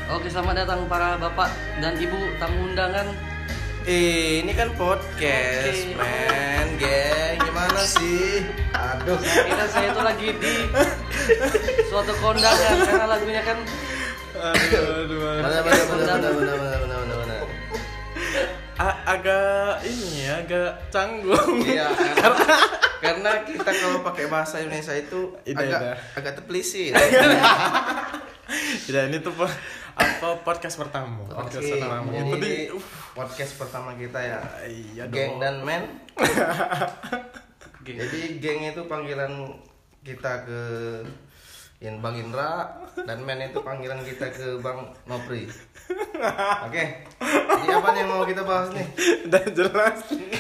Oke, selamat datang para bapak dan ibu tamu undangan. Ini kan podcast, Oke. men, geng, gimana sih? Aduh, Kira saya itu lagi di suatu kondangan karena lagunya kan benar. Agak ini ya, agak canggung. Iya, karena kita kalau pakai bahasa Indonesia itu agak terpelisir. Tidak, ini tuh podcast pertama. Podcast Oke, pertama. jadi podcast pertama kita ya, Iya geng dong. dan men. Geng. Jadi geng itu panggilan kita ke Bang Indra, dan men itu panggilan kita ke Bang Nopri. Oke, jadi apa nih yang mau kita bahas nih? Udah jelas.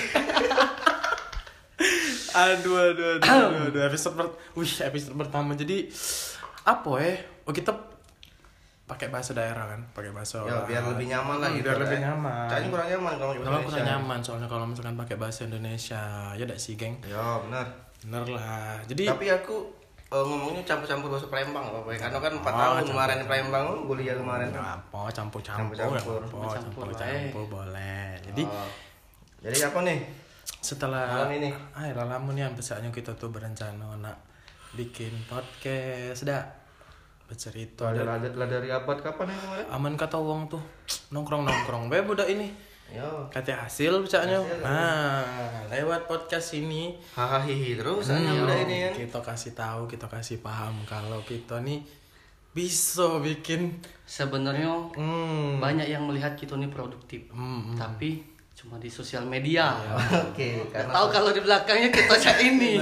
Aduh. Episode pertama. Jadi apa ya? Oh, kita pakai bahasa daerah kan, pakai bahasa. Ya biar lebih nyaman lah gitu. Biar lebih kan. nyaman. Kayaknya kurang nyaman kalau pakai bahasa Kurang Indonesia. nyaman soalnya kalau misalkan pakai bahasa Indonesia. Ya dak sih, geng. Ya benar. Bener lah. Jadi Tapi aku ngomongnya campur-campur bahasa Palembang apa ya? Karena kan 4 tahun kemarin di Palembang kuliah kemarin. apa campur-campur Campur-campur, boleh. Jadi Jadi apa nih? setelah Malam ini. lama nih saatnya kita tuh berencana nak bikin podcast dah bercerita Lah dari abad kapan ya kemarin? aman kata wong tuh nongkrong be budak ini Yo, kata hasil bisanya. Hasil. Nah lewat podcast ini hahaha terus aja udah ini kan. kita kasih tahu, kita kasih paham kalau kita nih bisa bikin sebenarnya banyak yang melihat kita ini produktif, tapi cuma di sosial media. Oke, Nggak karena tahu kalau di belakangnya kita cak ini.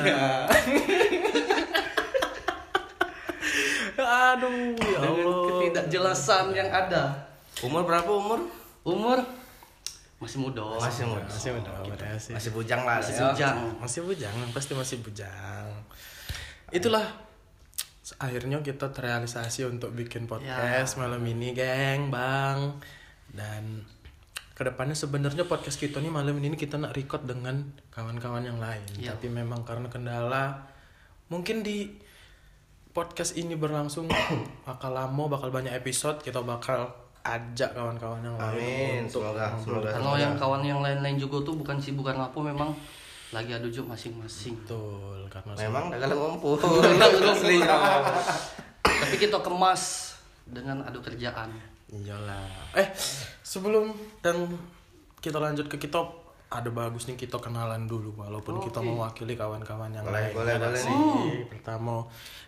aduh ya Dengan Allah. ketidakjelasan yang ada. umur berapa umur? Umur masih muda. Masih muda. Masih udah sih. Masih bujang lah. Masih ya. bujang. Masih bujang, pasti masih bujang. Itulah akhirnya kita terrealisasi untuk bikin podcast malam ini, geng, bang. Dan kedepannya sebenarnya podcast kita nih malam ini kita nak record dengan kawan-kawan yang lain. Iya. Tapi memang karena kendala, mungkin di podcast ini berlangsung bakal lama, bakal banyak episode, kita bakal ajak kawan-kawan yang lain. Amin, untuk semoga. Kalau yang kawan yang lain-lain juga tuh bukan sibukan apa, memang lagi adu job masing-masing. Betul, karena Memang dah kalau ngumpul. Asli. Tapi kita kemas dengan adu kerjaan. iyalah. Sebelum dan kita lanjut ke kita, ada bagus nih kita kenalan dulu walaupun kita mewakili kawan-kawan yang lain. Boleh Ada nih. sih. Pertama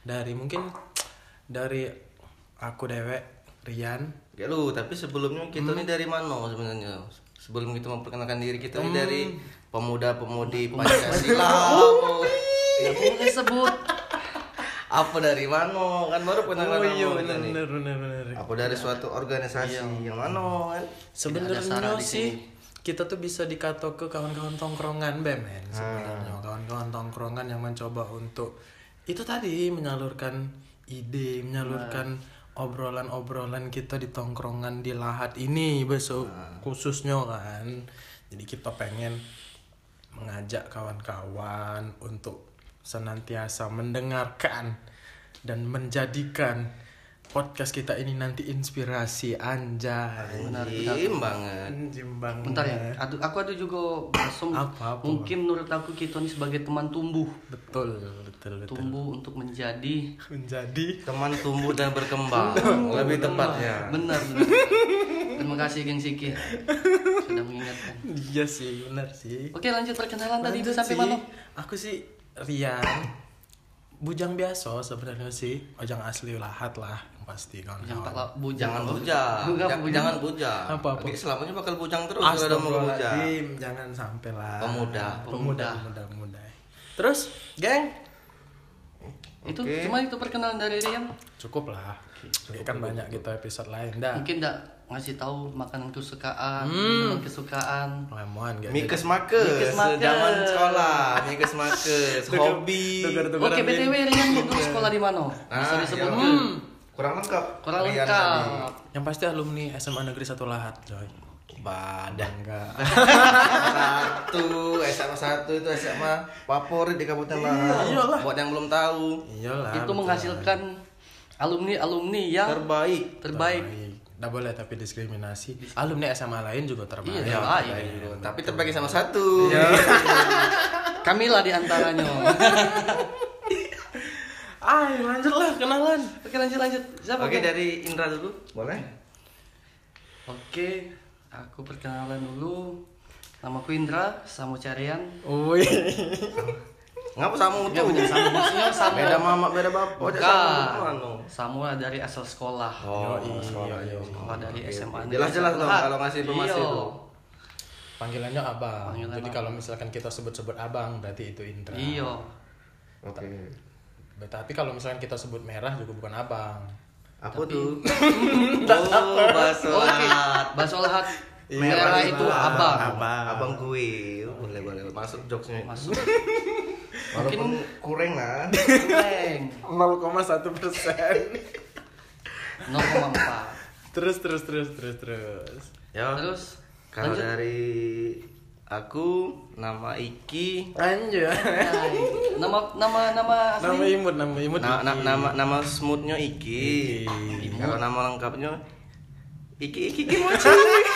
dari aku dewek Rian. Ya lu, tapi sebelumnya kita nih dari mana sebenarnya? Sebelum kita memperkenalkan diri kita nih dari pemuda-pemudi Pancasila. Ya boleh sebut. Apa dari mana? Kan baru pengenalan nama kita nih. bener. Apa dari suatu organisasi yang mana kan? Sebenarnya syarat di sih sini. kita tuh bisa dikato ke kawan-kawan tongkrongan bemen sebenarnya. Kawan-kawan tongkrongan yang mencoba untuk itu tadi menyalurkan ide, menyalurkan obrolan-obrolan kita di tongkrongan di Lahat ini besok khususnya kan. Jadi kita pengen mengajak kawan-kawan untuk senantiasa mendengarkan dan menjadikan podcast kita ini nanti inspirasi anjay. Jim banget. Jimbang. Bentar ya, aku ada juga langsung. Apa? Mungkin menurut aku kita ini sebagai teman tumbuh. Betul. Tumbuh untuk menjadi. Teman tumbuh dan berkembang. Lebih tepatnya. Benar. Terima kasih geng Siki sudah mengingatkan. Iya sih, benar sih. Oke, lanjut perkenalan tadi itu Lanjut sampai sih. mana? Aku sih Rian. Bujang biasa sebenarnya sih. Bujang asli Lahat lah pasti kan. Bujang. Jangan bujang. Jangan bujang. Apa? Nanti selamanya bakal bujang terus kalau udah mau bujang. Astagfirullahaladzim, jangan sampai lah. Pemuda. Pemuda. Terus, geng, Itu Oke. cuma itu perkenalan dari Rian. cukup lah. Kan banyak kita episode lain dah. Mungkin enggak ngasih tahu makanan kesukaan, minuman kesukaan. Lemohan gak Mikes makes zaman sekolah, mikes makes hobi. Oke, BTW Rian dulu sekolah di mana? Bisa disebutkan. Kurang lengkap. Kurang Rian lengkap. Yang pasti alumni SMA Negeri 1 Lahat, coy. Badan. Enggak. SMA 1 itu SMA favorit di Kabupaten Lahat. Iyalah. Buat yang belum tahu, Iyalah. Itu betul. menghasilkan alumni yang terbaik. terbaik. Nggak boleh tapi diskriminasi. Alumni SMA lain juga terbaik. Iya, terbaik. Tapi terbagi sama satu. Kamilah di antaranya. Lanjutlah kenalan. Oke, lanjut. Siapa? Oke, dari Indra dulu. Boleh? Oke, aku perkenalan dulu. Namaku Indra Samucarian. Wih. Ngapa Samu Ya, tuh? punya Samu. Maksudnya Samu. Beda mama, beda bapak. Bukan. Samu dari asal sekolah. Iya. Sekolah dari SMA. Jelas-jelas dong kalau ngasih informasi Iya. itu. Panggilannya abang. Panggilan Jadi abang. kalau misalkan kita sebut-sebut abang, berarti itu Indra. Iya. Oke. Tapi kalau misalkan kita sebut merah juga bukan abang. Apa tuh? Oh, bakso lahat. Merah itu abang. Abang gue. Boleh. Masuk jokesnya. Masuk. Walaupun kurang lah. Neng. 0,1%. 0,4. Terus. Ya. Terus Kalau lanjut. dari aku nama Iki. Anjay. Nama Nama asli. imut. Nama smoothnya Iki. Iki. Kalau nama lengkapnya Iki Kimochi.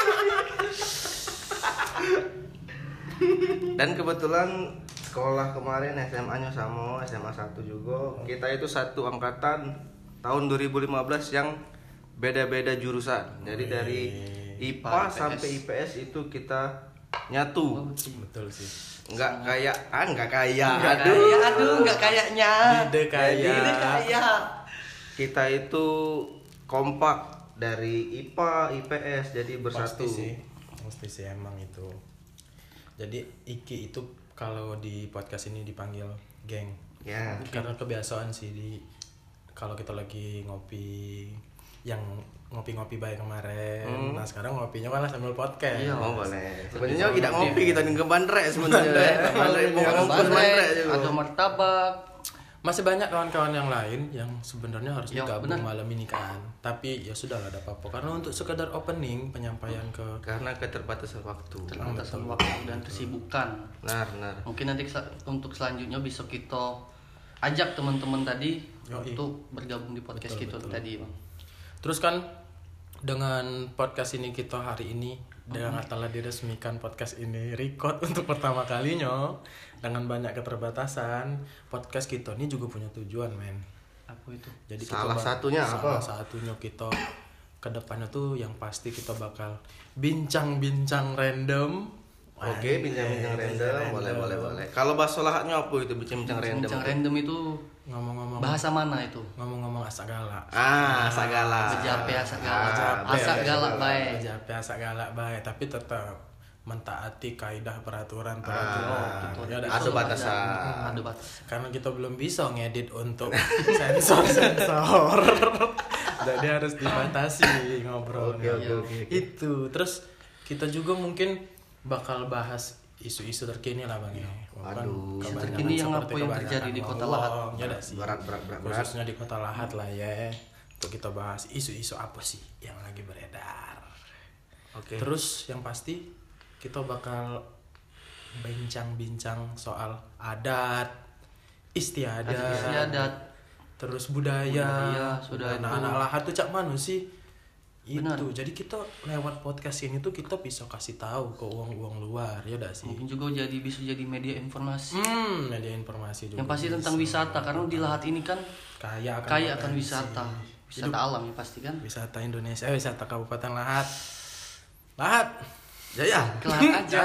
Dan kebetulan sekolah kemarin SMA-nya sama, SMA 1 juga. Kita itu satu angkatan tahun 2015 yang beda-beda jurusan. Jadi dari IPA IPS. sampai IPS itu kita nyatu. Betul sih. Enggak kayak. Nggak kayaknya. Ide kaya. Ide kaya. Kita itu kompak dari IPA, IPS jadi bersatu. Pasti sih emang itu. Jadi Iki itu kalau di podcast ini dipanggil geng. Ya. Karena kebiasaan sih kalau kita lagi ngopi yang ngopi-ngopi baik kemarin. Nah, sekarang ngopinya malah sambil podcast. Iya. Oh boleh. Sebenarnya tidak ngopi kita dengan bandrek sebenarnya. Bandrek juga. Ada martabak. Masih banyak kawan-kawan yang lain yang sebenarnya harusnya Ya, gabung benar. malam ini kan. Tapi ya sudah lah, ada apa-apa. Karena untuk sekedar opening penyampaian ke Karena keterbatasan waktu. Terbatasan waktu dan kesibukan. Benar. Mungkin nanti untuk selanjutnya bisa kita ajak teman-teman tadi Yoi. untuk bergabung di podcast kita tadi, Bang. Terus kan dengan podcast ini kita hari ini dengan telah diresmikan podcast ini record untuk pertama kalinya dengan banyak keterbatasan, podcast kita ini juga punya tujuan, men. Apa itu? Jadi Salah kita satunya apa? Salah satunya kita ke depannya tuh yang pasti kita bakal bincang-bincang random. Oke, bincang-bincang random. Boleh. Kalau bahasa lahatnya apa itu bincang-bincang random? Bincang random itu Ngomong-ngomong bahasa mana itu? ngomong-ngomong asak galak. Sagala. Bejape asak galak. Bejape, Asak galak baik. Bejape asak galak baik, tapi tetap mentaati kaidah peraturan. Gitu. Ya, Ada batasan. Ada batasan. karena kita belum bisa ngedit untuk sensor. Jadi harus dibatasi ngobrolnya. Oke. Itu. Terus kita juga mungkin bakal bahas isu-isu terkini lah, Bang ya. Aduh. Isu Kebanyakan terkini yang seperti apa yang terjadi di Kota Lahat? Ya dah sih. Berat. Khususnya di Kota Lahat lah ya. Untuk kita bahas isu-isu apa sih yang lagi beredar. Oke. Terus yang pasti kita bakal bincang-bincang soal adat, istiadat, terus budaya sudah itu. anak-anak Lahat tuh cak mana sih? Benar. Itu. Jadi kita lewat podcast ini tuh kita bisa kasih tahu ke uang luar, ya dah sih. Mungkin juga bisa jadi media informasi. Media informasi juga. Yang pasti tentang bisa. wisata karena di Lahat ini kan kaya kaya akan potensi. wisata. Wisata alam ya pasti kan. Wisata Indonesia, wisata Kabupaten Lahat. Lahat. Jaya. Ke Lahat aja.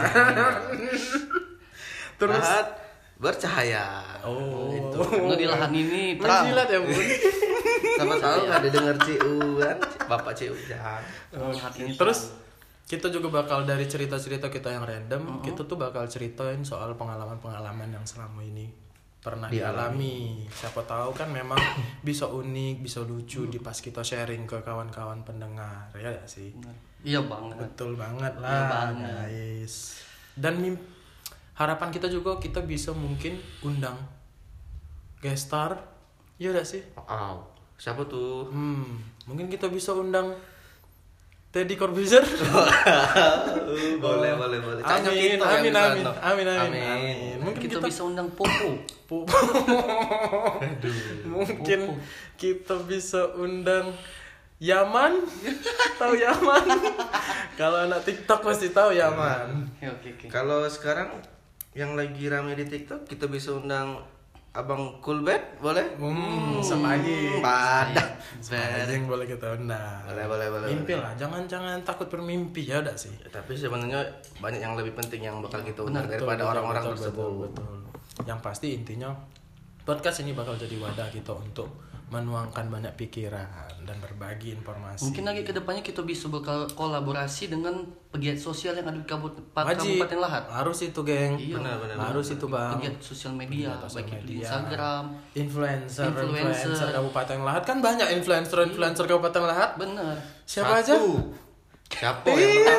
Terus Lahat bercahaya. itu. Untuk di Lahan ini terang. Menjilat ya, Bun. Sama tahu nggak ada dengar CU kan? Bapak CU jangan. Lahat ini Terus kita juga bakal dari cerita-cerita kita yang random, kita tuh bakal ceritain soal pengalaman-pengalaman yang selama ini pernah dialami. Siapa tahu kan memang bisa unik, bisa lucu di pas kita sharing ke kawan-kawan pendengar, ya gak sih? Iya banget. Betul banget Iya lah, banget. guys. Dan harapan kita juga kita bisa mungkin undang guest star, ya gak sih? Wow. Siapa tuh? Mungkin kita bisa undang Teddy Corbuzier. Boleh. Cocok Amin, kita amin, yang amin, kesana. amin, amin. Mungkin kita kita bisa undang Popo. mungkin kita bisa undang Yaman, tahu Yaman? Kalau anak TikTok pasti tahu Yaman. Oke. Kalau sekarang yang lagi rame di TikTok, kita bisa undang Abang Coolbet, boleh? Semagi. Padat. Semagi yang boleh kita undang. Boleh. Mimpi lah, jangan takut bermimpi ya udah sih. Tapi sebenarnya banyak yang lebih penting yang bakal kita Benar, undang daripada orang-orang tersebut. Betul. Yang pasti intinya podcast ini bakal jadi wadah kita untuk menuangkan banyak pikiran dan berbagi informasi. Mungkin lagi kedepannya kita bisa bakal kolaborasi dengan pegiat sosial yang ada di Wajib. Kabupaten Lahat. Harus itu, geng. Iya, Benar. Harus itu, Bang. Pegiat sosial media, Pegiat sosial baik itu di media. Instagram. Influencer Kabupaten Lahat kan banyak influencer Kabupaten Lahat. Bener. Siapa aja? Siapa yang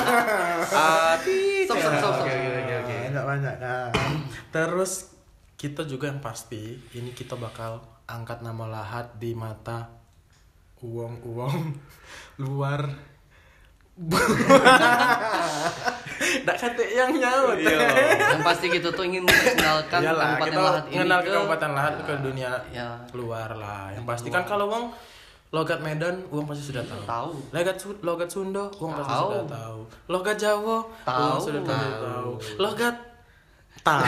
Stop. Banyak kan. Terus kita juga yang pasti ini kita bakal angkat nama Lahat di mata uang luar. Nggak kata yang nyaut. Yang pasti kita tuh ingin mengenalkan Iyalah, Kabupaten kita Lahat ini kenal ke Kabupaten Lahat ke dunia ya. luar lah. Yang pasti kan kalau uang logat Medan, uang pasti sudah tahu. Tahu. Logat Sunda, uang pasti Tahu. sudah tahu. Logat Jawa, Tahu. uang sudah tahu. Logat tahu.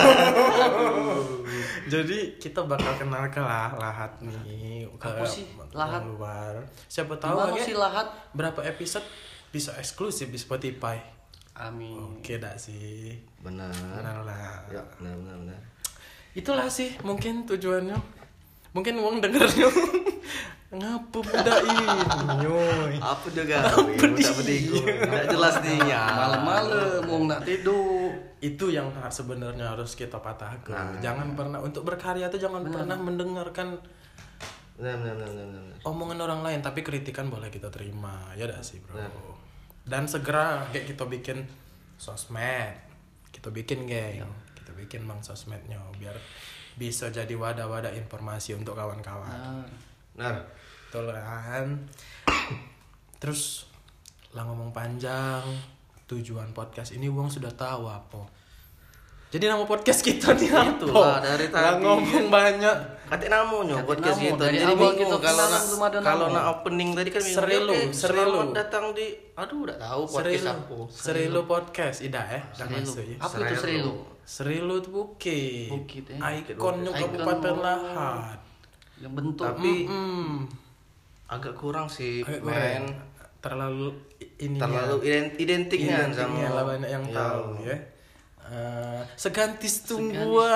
Jadi kita bakal kenal ke Lahat nih. Apa sih Lahat? Luar. Siapa tahu Gimana lagi sih Lahat? berapa episode bisa eksklusif di Spotify. Amin. Oke dah sih. Benar. Benar lah. Ya, benar. Itulah sih mungkin tujuannya. Mungkin uang dengernya ngapa budak ini, nyoy. Apa juga? Budak bedigo. Tidak jelas dia. Malam-malam mau nak tidur. Itu yang sebenarnya harus kita patahkan. Jangan pernah untuk berkarya itu jangan pernah mendengarkan Benar. omongan orang lain, tapi kritikan boleh kita terima. Ya dah sih, Bro. Dan segera kayak kita bikin sosmed. Kita bikin, geng. Kita bikin bang sosmednya biar bisa jadi wadah-wadah informasi untuk kawan-kawan. Benar. Betul kan? Terus lah ngomong panjang, tujuan podcast ini Wong sudah tahu apa. Jadi nama podcast kita nih apa? Itulah, dari Lah tadi. ngomong banyak. Kata namanya Kata podcast namu, kita. dari Jadi awal bingung kita kalau kenalan nak belum ada kalau namu. nak opening tadi kan bingung. Serilu. Selamat datang di udah tahu podcast apa. Serilu podcast, Ida ya. Serilu. masuk ya. Apa itu Serilu? Serilu itu bukit. Bukit, ya. Ikonnya Ikon. Kabupaten Lahat. Yang bentuk Tapi Hmm. agak kurang sih, Agak men. kurang. Terlalu ini Terlalu identiknya identiknya lah banyak yang Ya. tahu ya. Segantis tungguan.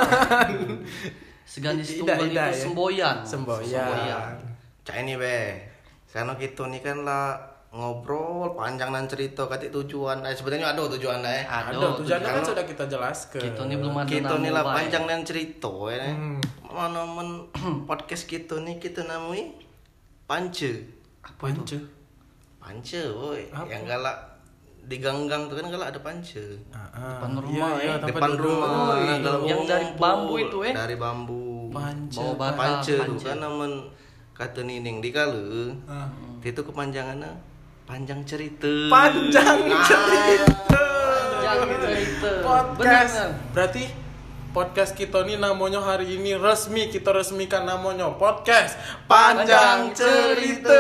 Seganis Ida, tunggal Ida, itu ya. semboyan. Semboyan. Cak ini be. Karena kita nih kan lah ngobrol panjang dan cerita katik tujuan. Sebenarnya ada tujuan ya. Ada tujuannya kan Kalau- sudah kita jelaskan. Kita ini belum ada Kita namu, nih lah Bay. panjang dan cerita ya. Mana podcast kita nih kita namai Pance. Apa itu? Pancu. Pance, woi. Apa? Yang galak di gang-gang tuh kan galak ada pance. Depan rumah, ya. tempat Depan duduk. rumah, nah, kalau Yang dari ngumpul, bambu itu, Dari bambu. Pancu. Bawa bata, Pance tuh pance. kan namun kata nining di kala. Ah. Itu kepanjangannya panjang cerita. Panjang cerita. Panjang cerita. Podcast. Benar. Berarti podcast kita nih namanya hari ini resmi kita resmikan namanya podcast Panjang Cerita.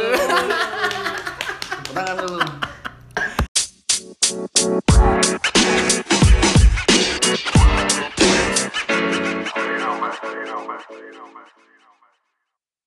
Tepuk tangan dulu. You know, man.